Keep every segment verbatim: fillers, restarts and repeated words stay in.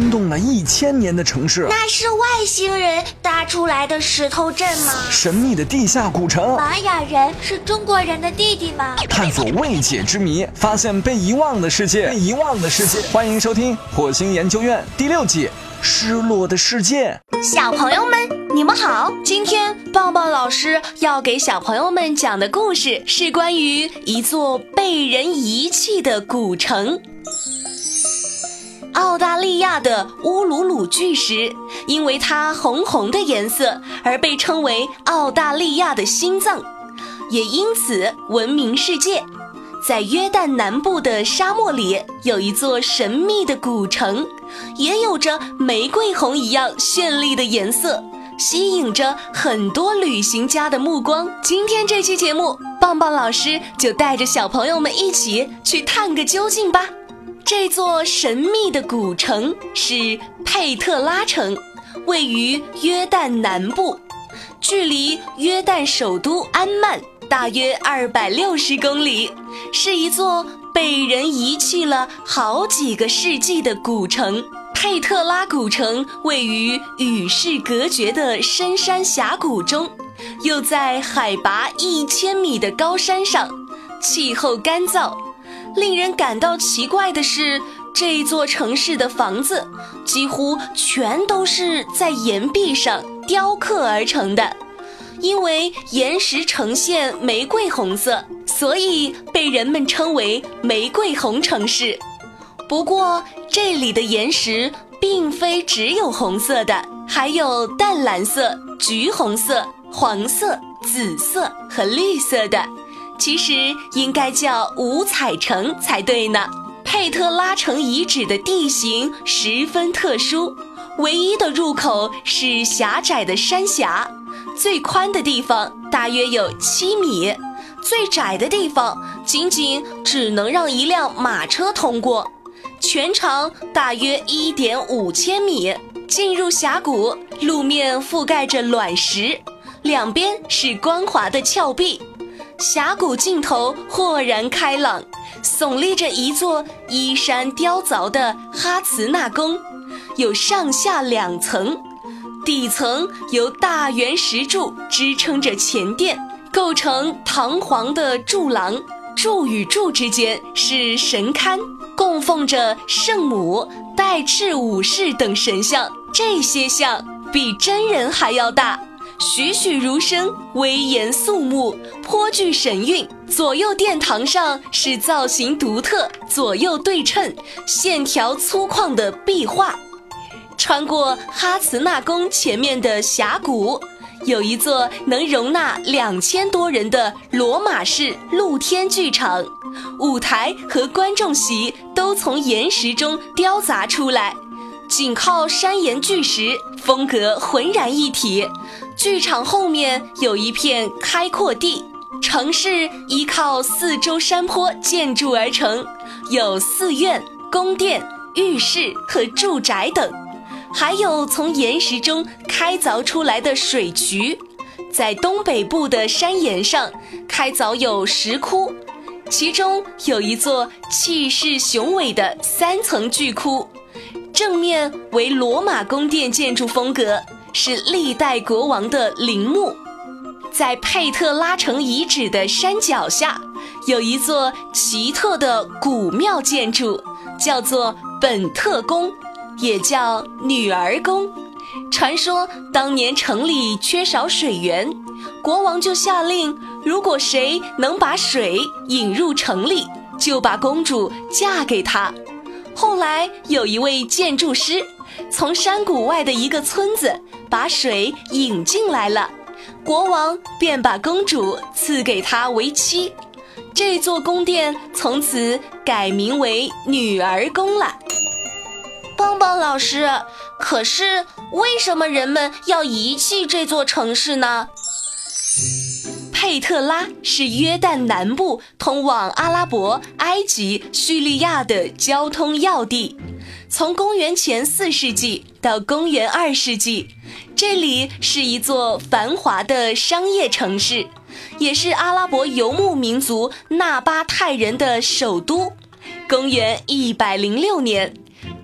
惊动了一千年的城市。 那是外星人搭出来的石头镇吗？ 神秘的地下古城。 玛雅人是中国人的弟弟吗？ 探索未解之谜，发现被遗忘的世界。被遗忘的世界，欢迎收听火星研究院第六季《失落的世界》。 小朋友们，你们好！今天棒棒老师要给小朋友们讲的故事是关于一座被人遗弃的古城。澳大利亚的乌鲁鲁巨石，因为它红红的颜色而被称为澳大利亚的心脏，也因此闻名世界。在约旦南部的沙漠里，有一座神秘的古城，也有着玫瑰红一样绚丽的颜色，吸引着很多旅行家的目光。今天这期节目，棒棒老师就带着小朋友们一起去探个究竟吧。这座神秘的古城是佩特拉城，位于约旦南部，距离约旦首都安曼大约二百六十公里，是一座被人遗弃了好几个世纪的古城。佩特拉古城位于与世隔绝的深山峡谷中，又在海拔一千米的高山上，气候干燥。令人感到奇怪的是，这座城市的房子几乎全都是在岩壁上雕刻而成的。因为岩石呈现玫瑰红色，所以被人们称为玫瑰红城市。不过这里的岩石并非只有红色的，还有淡蓝色、橘红色、黄色、紫色和绿色的，其实应该叫五彩城才对呢。佩特拉城遗址的地形十分特殊，唯一的入口是狭窄的山峡，最宽的地方大约有七米，最窄的地方仅仅只能让一辆马车通过，全长大约 一点五千米。进入峡谷，路面覆盖着卵石，两边是光滑的峭壁，峡谷尽头豁然开朗，耸立着一座依山雕凿的哈茨纳宫，有上下两层，底层由大圆石柱支撑着前殿，构成堂皇的柱廊，柱与柱之间是神龛，供奉着圣母、带翅武士等神像，这些像比真人还要大，栩栩如生，威严肃穆，颇具神韵。左右殿堂上是造型独特、左右对称、线条粗犷的壁画。穿过哈茨纳宫前面的峡谷，有一座能容纳两千多人的罗马式露天剧场，舞台和观众席都从岩石中雕凿出来，紧靠山岩巨石，风格浑然一体。剧场后面有一片开阔地，城市依靠四周山坡建筑而成，有寺院、宫殿、浴室和住宅等，还有从岩石中开凿出来的水渠。在东北部的山岩上开凿有石窟，其中有一座气势雄伟的三层巨窟，正面为罗马宫殿建筑风格，是历代国王的陵墓。在佩特拉城遗址的山脚下，有一座奇特的古庙建筑，叫做本特宫，也叫女儿宫。传说当年城里缺少水源，国王就下令，如果谁能把水引入城里，就把公主嫁给他。后来有一位建筑师从山谷外的一个村子把水引进来了，国王便把公主赐给他为妻，这座宫殿从此改名为女儿宫了。 棒棒老师，可是为什么人们要遗弃这座城市呢？ 佩特拉是约旦南部通往阿拉伯、埃及、叙利亚的交通要地。从公元前四世纪到公元二世纪，这里是一座繁华的商业城市，也是阿拉伯游牧民族纳巴泰人的首都。公元一百零六年，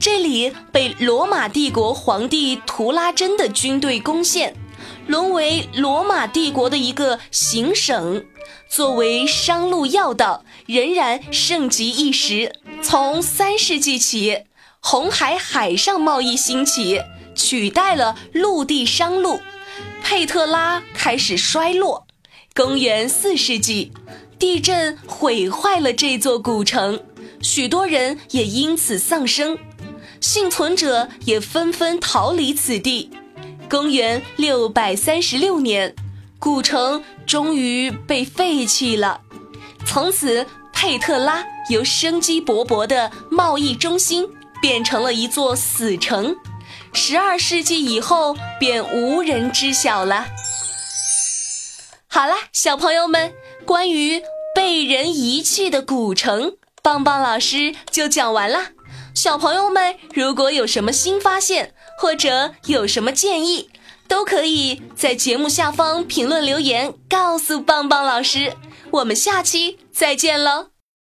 这里被罗马帝国皇帝图拉真的军队攻陷，沦为罗马帝国的一个行省。作为商路要道，仍然盛极一时。从三世纪起，红海海上贸易兴起，取代了陆地商路，佩特拉开始衰落。公元四世纪，地震毁坏了这座古城，许多人也因此丧生，幸存者也纷纷逃离此地。公元六百三十六年，古城终于被废弃了。从此，佩特拉由生机勃勃的贸易中心变成了一座死城。十二世纪以后，便无人知晓了。好了，小朋友们，关于被人遗弃的古城，棒棒老师就讲完了。小朋友们，如果有什么新发现，或者有什么建议，都可以在节目下方评论留言告诉棒棒老师。我们下期再见喽。